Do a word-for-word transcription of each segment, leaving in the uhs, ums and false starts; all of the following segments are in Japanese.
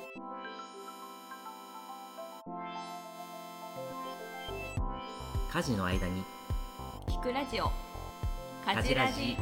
家事の間に聞くラジオ家事ラジ。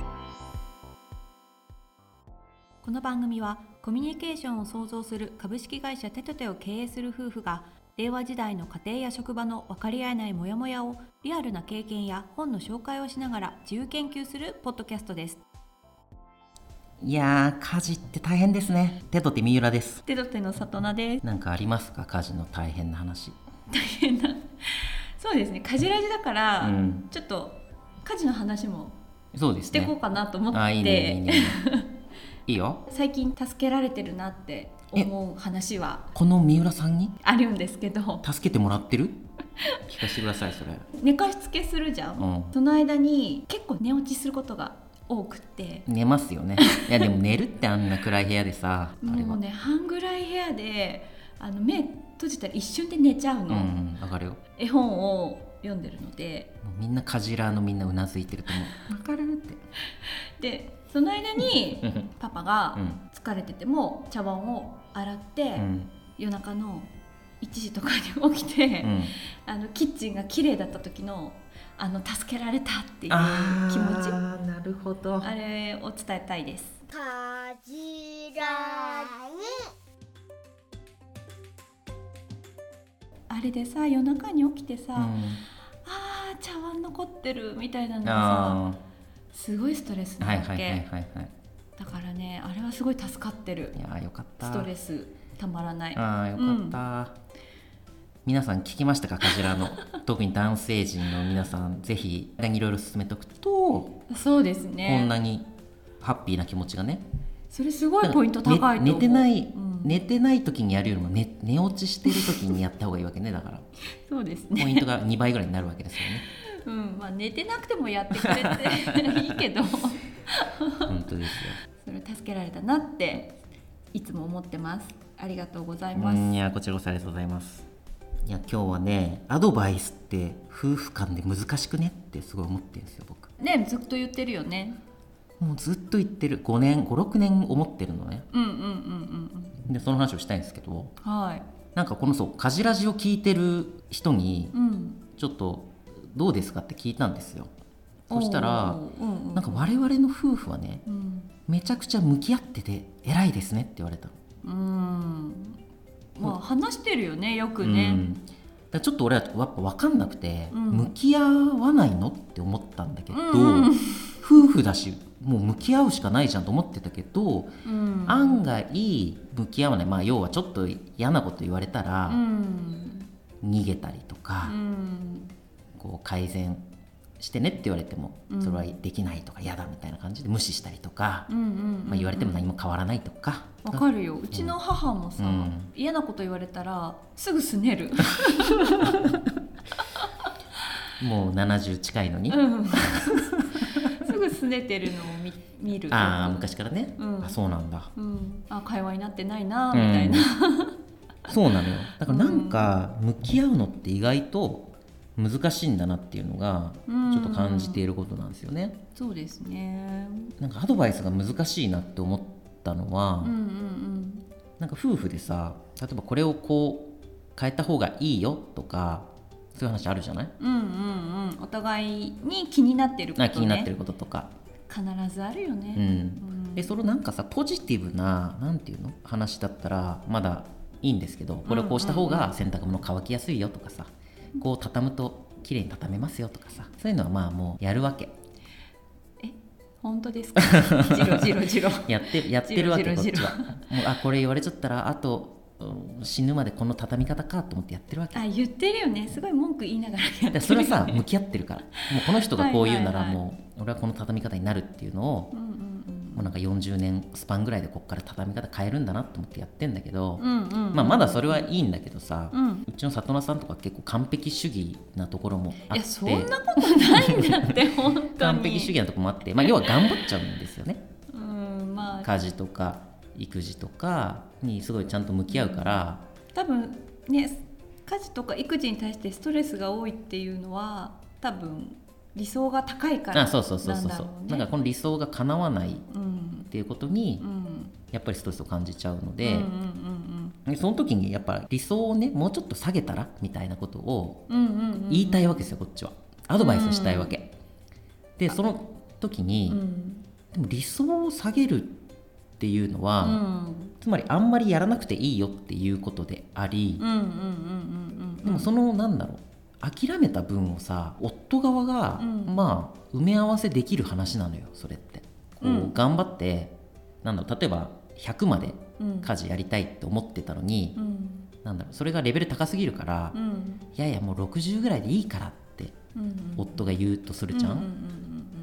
この番組はコミュニケーションを創造する株式会社テトテを経営する夫婦が令和時代の家庭や職場の分かり合えないモヤモヤをリアルな経験や本の紹介をしながら自由研究するポッドキャストです。 いやー、家事って大変ですね。テトテ三浦です。 テトテの里奈です。 なんかありますか、家事の大変な話。 大変なそうですね、家事ラジだから、うん、ちょっと家事の話もしていこうかなと思って。 あ、いいねいいねいいよ。 最近助けられてるなって思う話はこの三浦さんにあるんですけど、 助けてもらってる聞かせてください。それ寝かしつけするじゃん、うん、その間に結構寝落ちすることが多くて。 寝ますよね。いやでも寝るってあんな暗い部屋でさもうね、半暗い部屋であの目閉じたら一瞬で寝ちゃうの。うん、 わかるよ。 絵本を読んでるので、 もうみんなカジラーのみんなうなずいてると思う。わかるってでその間にパパが疲れてても茶碗を洗って、うん、夜中のいちじとかに起きて、うん、あのキッチンが綺麗だった時のあの助けられたっていう気持ち、 あー、なるほど、 あれを伝えたいです。 カジラにあれでさ、夜中に起きてさ、うん、あー茶碗残ってるみたいなのがさ、すごいストレスなわけ、はいはいはいはいはい、だからね、あれはすごい助かってる。 いやよかった。 ストレスたまらない。 あーよかった、うん、皆さん聞きましたか、カジラの特に男性陣の皆さん、ぜひいろいろ進めておくと、 そうですね、 こんなにハッピーな気持ちがね。 それすごいポイント高いと思う。 寝てない、うん、寝てない時にやるよりも 寝, 寝落ちしてる時にやった方がいいわけね。だからそうですね、 ポイントがにばいぐらいになるわけですよね。 うん、まあ、寝てなくてもやってくれていいけど本当ですよ。 それ助けられたなっていつも思ってます。ありがとうございます。 いやこちらこそありがとうございます。いや今日はね、アドバイスって夫婦間で難しくねってすごい思ってるんですよ、僕ね。ずっと言ってるよね。 もうずっと言ってる。ごねんごろくねん思ってるのね。 うんうんうんうん。 でその話をしたいんですけど、 はい、 なんかこのそうカジラジを聞いてる人に、うん、ちょっとどうですかって聞いたんですよ。そしたら、うんうん、なんか我々の夫婦はね、うん、めちゃくちゃ向き合ってて偉いですねって言われたの。 うん、まあ話してるよね、よくね、うん、 だちょっと俺はやっぱ分かんなくて、うん、向き合わないのって思ったんだけど、うん、夫婦だしもう向き合うしかないじゃんと思ってたけど、うん、案外向き合わない、まあ、要はちょっと嫌なこと言われたら、うん、逃げたりとか、うん、こう改善してねって言われてもそれはできないとか嫌だみたいな感じで無視したりとか、うんうんうんうん、まあ、言われても何も変わらないとか。 わかるよ。うちの母もさ、うん、嫌なこと言われたらすぐすねるもうななじゅう近いのに、うん、 すぐすねてるのを 見, 見る。 あ昔からね、うん、あそうなんだ、 うん、あ会話になってないなみたいな、 うん、そうなのよ。だからなんか向き合うのって意外と難しいんだなっていうのがちょっと感じていることなんですよね、うん、 そうですね。 なんかアドバイスが難しいなって思ったのは、うんうんうん、なんか夫婦でさ、例えばこれをこう変えた方がいいよとかそういう話あるじゃない。 うんうんうん、お互いに気になってることね。 気になってることとか必ずあるよね、 うんうん、でそれなんかさポジティブななんていうの話だったらまだいいんですけど、これをこうした方が洗濯物乾きやすいよとかさ、こう畳むと綺麗に畳めますよとかさ、そういうのはまあもうやるわけ。 え本当ですかジロジロジロやってやってるわけ。こっちはもうあこれ言われちゃったらあと死ぬまでこの畳み方かと思ってやってるわけ。 あ言ってるよね。すごい文句言いながらやってるよね。 それはさ向き合ってるから、もうこの人がこう言うならもう、はいはいはい、俺はこの畳み方になるっていうのを、うんうんうん、もうなんかよんじゅうねんスパンぐらいでこっから畳み方変えるんだなと思ってやってんだけど、うんうんうん、まあ、まだそれはいいんだけどさ、うん、うちの里奈さんとか結構完璧主義なところもあって。いやそんなことないんだって本当に完璧主義なところもあって、まあ、要は頑張っちゃうんですよねうん、まあ、 家事とか育児とかにすごいちゃんと向き合うから、 多分ね家事とか育児に対してストレスが多いっていうのは多分理想が高いからなんだろうね。あそうそうそうそう。 なんかこの理想が叶わないっていうことに、うん、やっぱりストレスを感じちゃうので、うんうんうんうん、 でその時にやっぱ理想をねもうちょっと下げたらみたいなことを言いたいわけですよ、こっちは。アドバイスしたいわけ、うん、でその時に、うん、でも理想を下げるっていうのは、うん、つまりあんまりやらなくていいよっていうことであり、でもそのなんだろう諦めた分をさ夫側が、うん、まあ埋め合わせできる話なのよそれって。こう、うん、頑張ってなんだろう例えばひゃくまで家事やりたいって思ってたのに、うん、なんだろうそれがレベル高すぎるから、うん、いやいやもうろくじゅうぐらいでいいからって、うんうん、夫が言うとするじゃん、うんうんうんうん、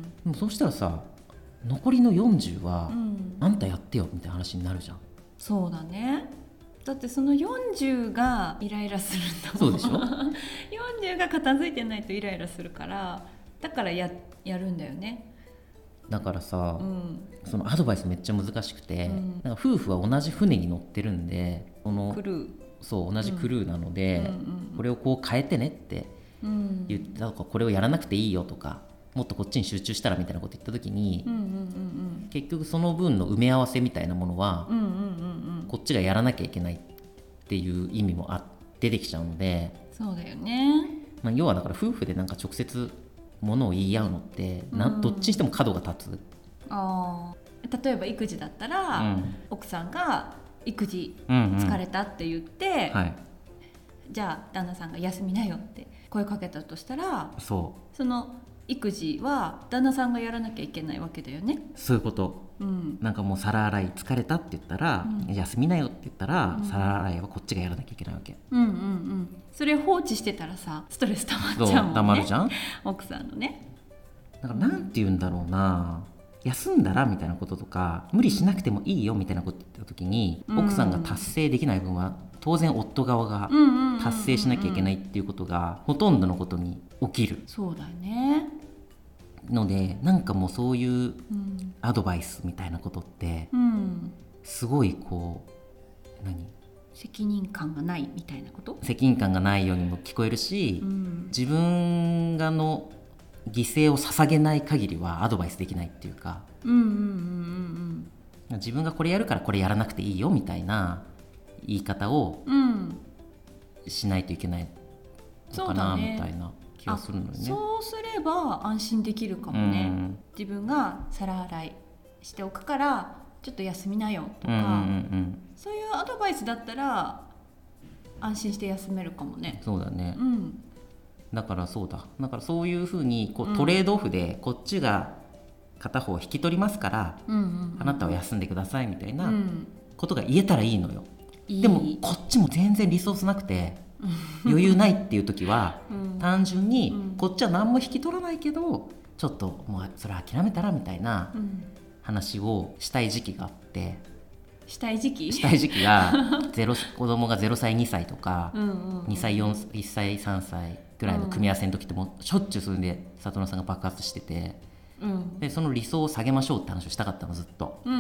でもそうしたらさ残りのよんじゅうは、うん、あんたやってよみたいな話になるじゃん。 そうだね。だってそのよんじゅうがイライラするんだもん。 そうでしょよんじゅうが片付いてないとイライラするからだから や, やるんだよね。 だからさ、うん、そのアドバイスめっちゃ難しくて、うん、なんか夫婦は同じ船に乗ってるんでこのクルーそう同じクルーなので、うんうんうん、これをこう変えてねって言ったとか、これをやらなくていいよとかもっとこっちに集中したらみたいなこと言った時に、うんうんうんうん、結局その分の埋め合わせみたいなものは、うんうんうんうん、こっちがやらなきゃいけないっていう意味もあ出てきちゃうので。 そうだよね、 まあ、要はだから夫婦でなんか直接ものを言い合うのってな、うん、どっちにしても角が立つ。 あ例えば育児だったら、うん、奥さんが育児疲れたって言って、うんうんはい、じゃあ旦那さんが休みなよって声かけたとしたらそうその育児は旦那さんがやらなきゃいけないわけだよね。 そういうこと、うん、なんかもう皿洗い疲れたって言ったら、うん、休みなよって言ったら、うん、皿洗いはこっちがやらなきゃいけないわけ、 うんうんうん、それ放置してたらさストレス溜まっちゃうもんね。 溜まるじゃん奥さんのね。 だからなんて言うんだろうな、うん、休んだらみたいなこととか無理しなくてもいいよみたいなこと言った時に、うん、奥さんが達成できない分は当然夫側が達成しなきゃいけないっていうことがほとんどのことに起きる。 そうだね。 のでなんかもうそういうアドバイスみたいなことってすごいこう何責任感がないみたいなこと、 責任感がないようにも聞こえるし、うん、自分がの犠牲を捧げない限りはアドバイスできないっていうか、うんうんうんうんうん、自分がこれやるからこれやらなくていいよみたいな言い方をしないといけないのかな、うんね、みたいな気がするのよね。 そうすれば安心できるかもね、うん、自分が皿洗いしておくからちょっと休みなよとか、うんうんうん、そういうアドバイスだったら安心して休めるかもね。 そうだね、うん、だからそうだだからそういうふうにこうトレードオフでこっちが片方引き取りますから、うんうんうん、あなたは休んでくださいみたいなことが言えたらいいのよ、うん、でもこっちも全然リソースなくて余裕ないっていう時は、うん、単純にこっちは何も引き取らないけどちょっともうそれ諦めたらみたいな話をしたい時期があって、 したい時期したい時期がゼロ子供がゼロさいにさいとか、うんうんうん、にさいよんいっさいさんさいぐらいの組み合わせの時ってもうしょっちゅうそれで里乃さんが爆発してて、うん、でその理想を下げましょうって話をしたかったのずっと、うんうんうん、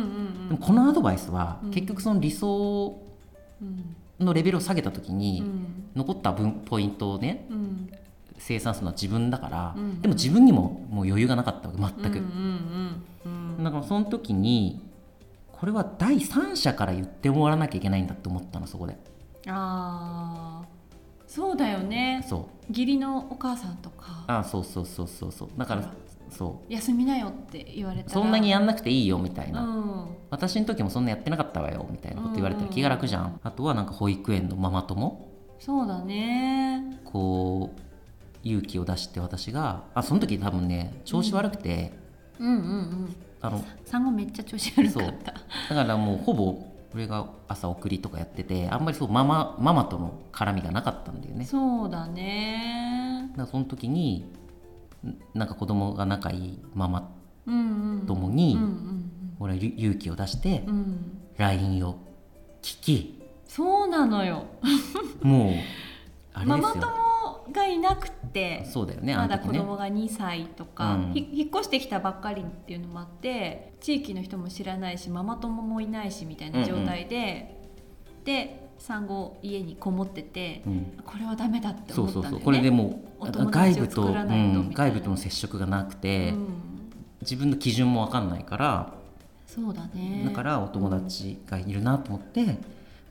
でもこのアドバイスは結局その理想のレベルを下げた時に残った分ポイントをね、うん、生産するのは自分だから、うんうん、でも自分にももう余裕がなかったわけ全く、うんうんうんうん、だからその時にこれは第三者から言ってもらわなきゃいけないんだって思ったのそこで。 ああそうだよね。そう義理のお母さんとかあそうそうそうそうそうだからそう休みなよって言われたらそんなにやんなくていいよみたいな、うん、私の時もそんなやってなかったわよみたいなこと言われたら気が楽じゃん、うん、あとはなんか保育園のママ友そうだねこう勇気を出して私があその時多分ね調子悪くて、うん、うんうんうんあの産後めっちゃ調子悪かった。 だからもうほぼ俺が朝送りとかやっててあんまりそうママ、ママとの絡みがなかったんだよね。 そうだね。 だからその時になんか子供が仲いいママ友に、うんうんうんうん、俺は勇気を出して、うん、ライン を聞きそうなのよもうあれですよママ友がいなくてそうだよねまだ子供がにさいとか、うん、引っ越してきたばっかりっていうのもあって地域の人も知らないしママ友もいないしみたいな状態で、うんうん、で産後家にこもってて、うん、これはダメだって思ったんだよね。そうそうそうこれでもう外部と、うん、外部との接触がなくて、うん、自分の基準も分かんないからそうだねだからお友達がいるなと思って、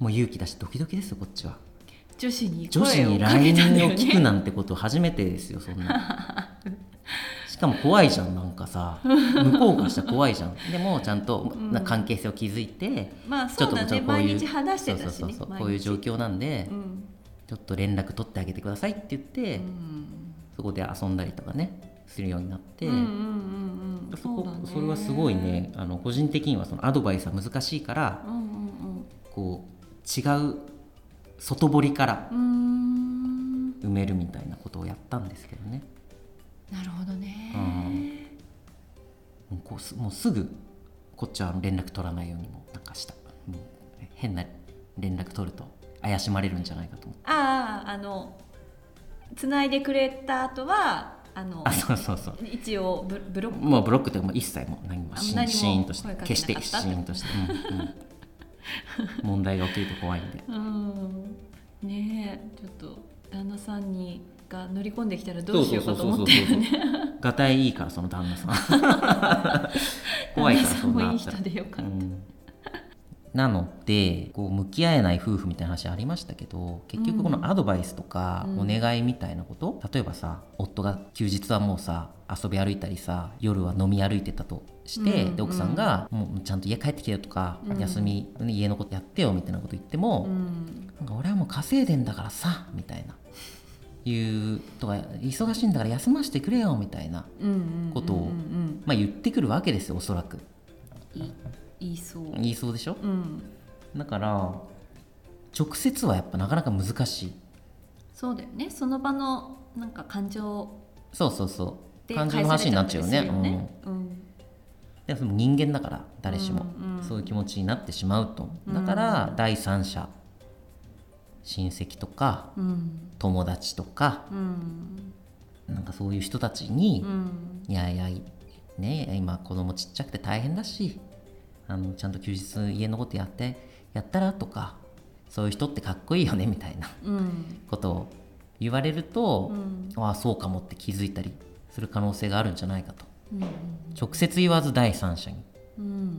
もう勇気だしドキドキですよこっちは。 女子に女子に声をかけたんだよライン を聞くなんてこと初めてですよそんなしかも怖いじゃん、なんかさ向こうからしたら怖いじゃん。でもちゃんとな関係性を築いて、 うん、まあそうだね、毎日話してたしね、 そうそうそうそう、こういう状況なんで、うん、ちょっと連絡取ってあげてくださいって言って、うん、そこで遊んだりとかねするようになって、うんうんうんうん、そこ、それはすごいね、あの個人的にはそのアドバイスは難しいから、うんうんうん、こう違う外堀から埋めるみたいなことをやったんですけどね。 なるほどね、 うん、もうこうす、もうすぐこっちは連絡取らないようにもなんかした、もう変な連絡取ると怪しまれるんじゃないかと思って。 ああ、あの繋いでくれた後はあのあ、そうそうそう、 一応 ブ, ブロックもうブロックというかもう一切もう何もシーンとして決してシーンとして、うんうん、問題が起きると怖いんで、うん、 ねえ、ちょっと旦那さんにが乗り込んできたらどうしようかと思ってるね。 がたいいいからその旦那さん怖いからそんな、 旦那さんもいい人でよかった、うん、 なのでこう向き合えない夫婦みたいな話ありましたけど、結局このアドバイスとかお願いみたいなこと、うん、例えばさ、夫が休日はもうさ遊び歩いたりさ、夜は飲み歩いてたとして、うん、で奥さんがもうちゃんと家帰ってきてよとか、うん、休み家のことやってよみたいなこと言っても、うん、なんか俺はもう稼いでんだからさみたいないうとか、忙しいんだから休ませてくれよみたいなことをまあ言ってくるわけですよ、おそらく。 い言いそう言いそうでしょ、うん、だから直接はやっぱなかなか難しい。 そうだよね、その場のなんか感情、 そうそうそう感情の話になっちゃうよね、うんうん、でも人間だから誰しも、うんうん、そういう気持ちになってしまうと。だから第三者、親戚とか、うん、友達とか、うん、なんかそういう人たちに、うん、いやいやね、今子供ちっちゃくて大変だし、あのちゃんと休日家のことやってやったらとか、そういう人ってかっこいいよねみたいな、うん、ことを言われると、うん、ああそうかもって気づいたりする可能性があるんじゃないかと、うん、直接言わず第三者に、うん、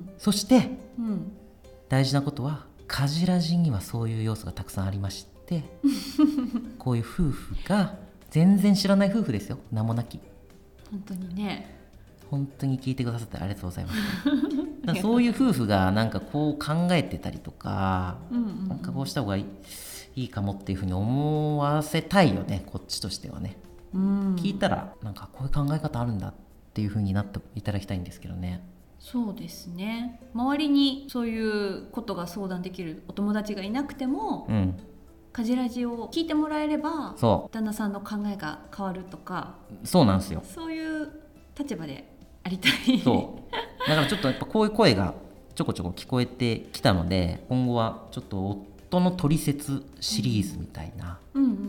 そして、うん、大事なことはカジラジにはそういう要素がたくさんありましてこういう夫婦が全然知らない夫婦ですよ、名もなき、 本当にね、 本当に聞いてくださってありがとうございますだそういう夫婦がなんかこう考えてたりとか、うんうんうん、なんかこうした方がいい、いいかもっていうふうに思わせたいよね、こっちとしてはね、うん、聞いたらなんかこういう考え方あるんだっていうふうになっていただきたいんですけどね。 そうですね、周りにそういうことが相談できるお友達がいなくても、うん、カジラジを聞いてもらえれば旦那さんの考えが変わるとか、 そうなんですよ、 そういう立場でありたい。 そうだからちょっとやっぱこういう声がちょこちょこ聞こえてきたので、今後はちょっと夫のトリセツシリーズみたいな、うんうんうんうん、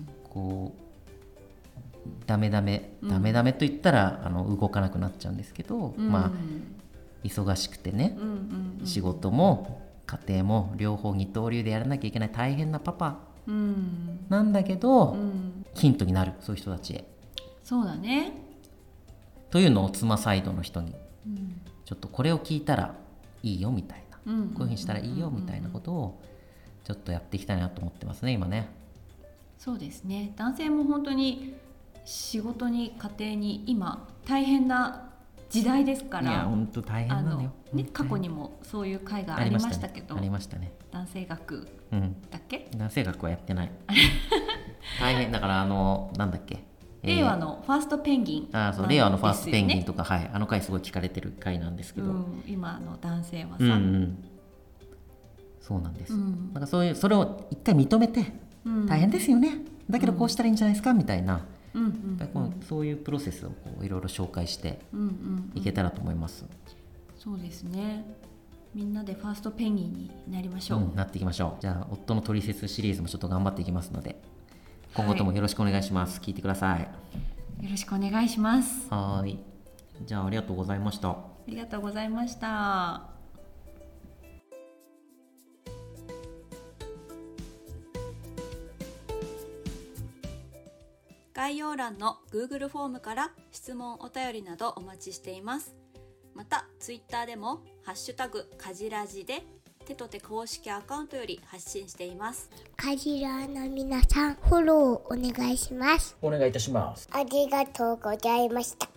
こうダメダメダメダメと言ったら、うん、あの動かなくなっちゃうんですけど、うん、まあ忙しくてね、うんうんうん、仕事も家庭も両方二刀流でやらなきゃいけない大変なパパなんだけど、うん、ヒントになる、そういう人たちへ。 そうだね、 というのを妻サイドの人に、うん、ちょっとこれを聞いたらいいよみたいな、うん、こういうふうにしたらいいよみたいなことをちょっとやっていきたいなと思ってますね、今ね。 そうですね、男性も本当に仕事に家庭に今大変な時代ですから。 いや本当大変なのよ、 ね、過去にもそういう会がありましたけど、 ありましたね、 男性学だっけ、 うん、男性学はやってない大変だから、あのなんだっけ、 令和のファーストペンギン、 あ、そう、令和のファーストペンギンとか、はい、あの回すごい聞かれてる回なんですけど、うん、 今の男性はさ、 うんうん、そうなんです、うん、なんかそういうそれを一回認めて、うん、大変ですよね、だけどこうしたらいいんじゃないですかみたいな、うんうんうん、そういうプロセスをこういろいろ紹介していけたらと思います、うんうんうん、そうですね、みんなでファーストペンギンになりましょう、 うん、なっていきましょう。じゃあ夫のトリセツシリーズもちょっと頑張っていきますので、今後ともよろしくお願いします、はい、聞いてください。 よろしくお願いします。 はい、じゃあありがとうございました。ありがとうございました。概要欄の Google フォームから質問お便りなどお待ちしています。また Twitter でもハッシュタグカジラジで手と手公式アカウントより発信しています。 カジラの皆さん、フォローお願いします。 お願いいたします。 ありがとうございました。